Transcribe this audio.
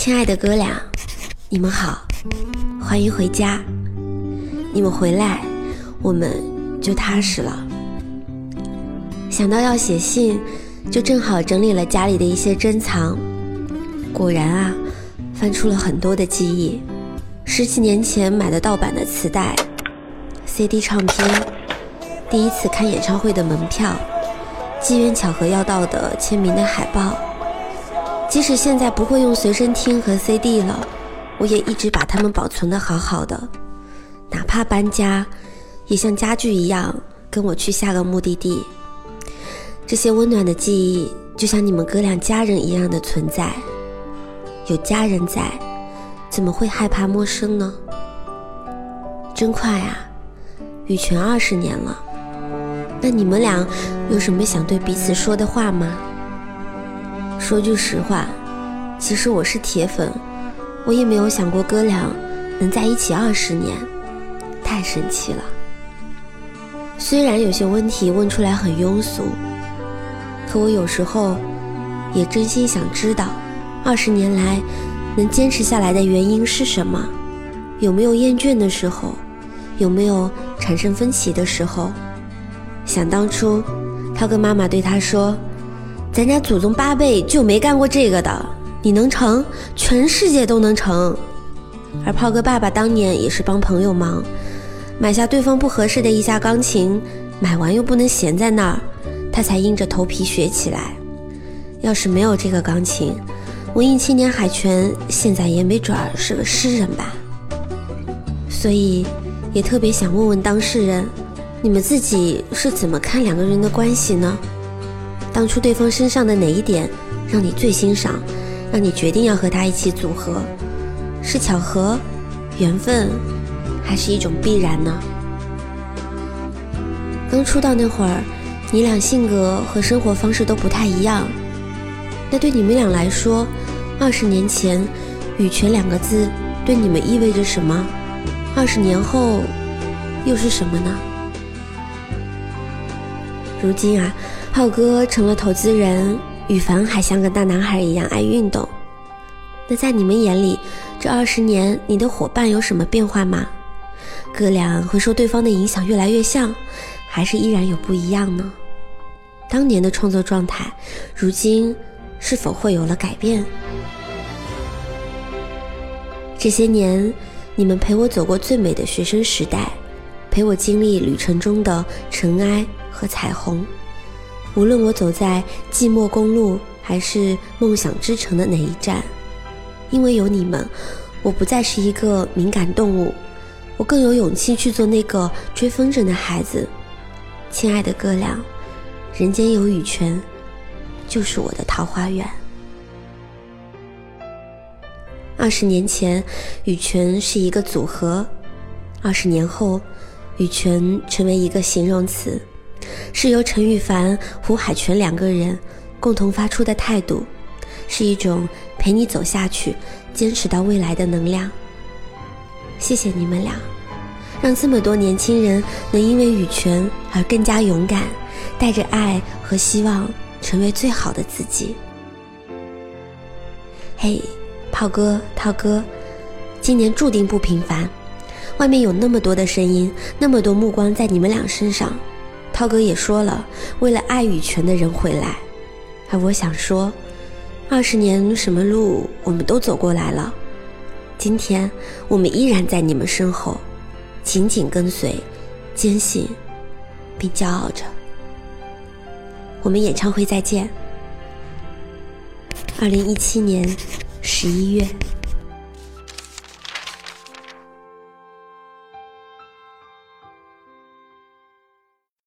亲爱的哥俩，你们好，欢迎回家。你们回来，我们就踏实了。想到要写信，就正好整理了家里的一些珍藏。果然啊，翻出了很多的记忆。10几年前买的盗版的磁带、CD 唱片，第一次看演唱会的门票，机缘巧合要到的签名的海报。即使现在不会用随身听和 CD 了，我也一直把它们保存得好好的。哪怕搬家，也像家具一样跟我去下个目的地。这些温暖的记忆，就像你们哥俩家人一样的存在。有家人在，怎么会害怕陌生呢？真快啊，羽泉20年了。那你们俩有什么想对彼此说的话吗？说句实话，其实我是铁粉，我也没有想过哥俩能在一起20年，太神奇了。虽然有些问题问出来很庸俗，可我有时候也真心想知道，20年来能坚持下来的原因是什么？有没有厌倦的时候？有没有产生分歧的时候？想当初，涛哥妈妈对他说，咱家祖宗8辈就没干过这个的，你能成，全世界都能成。而炮哥爸爸当年也是帮朋友忙，买下对方不合适的一架钢琴，买完又不能闲在那儿，他才硬着头皮学起来。要是没有这个钢琴，文艺青年海泉现在也没准是个诗人吧。所以也特别想问问当事人，你们自己是怎么看2个人的关系呢？当初对方身上的哪一点让你最欣赏，让你决定要和他一起组合？是巧合、缘分，还是一种必然呢？刚出道那会儿，你俩性格和生活方式都不太一样。那对你们俩来说，20年前羽泉2个字对你们意味着什么？20年后又是什么呢？如今啊，炮哥成了投资人，羽凡还像个大男孩一样爱运动。那在你们眼里，这20年你的伙伴有什么变化吗？哥俩会受对方的影响越来越像，还是依然有不一样呢？当年的创作状态，如今是否会有了改变？这些年，你们陪我走过最美的学生时代，陪我经历旅程中的尘埃和彩虹。无论我走在寂寞公路还是梦想之城的哪一站，因为有你们，我不再是一个敏感动物，我更有勇气去做那个追风筝的孩子。亲爱的哥俩，人间有羽泉，就是我的桃花源。20年前，羽泉是一个组合，20年后，羽泉成为一个形容词，是由陈羽凡、胡海泉2个人共同发出的态度，是一种陪你走下去、坚持到未来的能量。谢谢你们俩，让这么多年轻人能因为羽泉而更加勇敢，带着爱和希望成为最好的自己。嘿，炮哥、涛哥，今年注定不平凡，外面有那么多的声音，那么多目光在你们俩身上。涛哥也说了，为了爱羽泉的人回来。而我想说，20年什么路我们都走过来了，今天我们依然在你们身后，紧紧跟随，坚信并骄傲着。我们演唱会再见，2017年11月。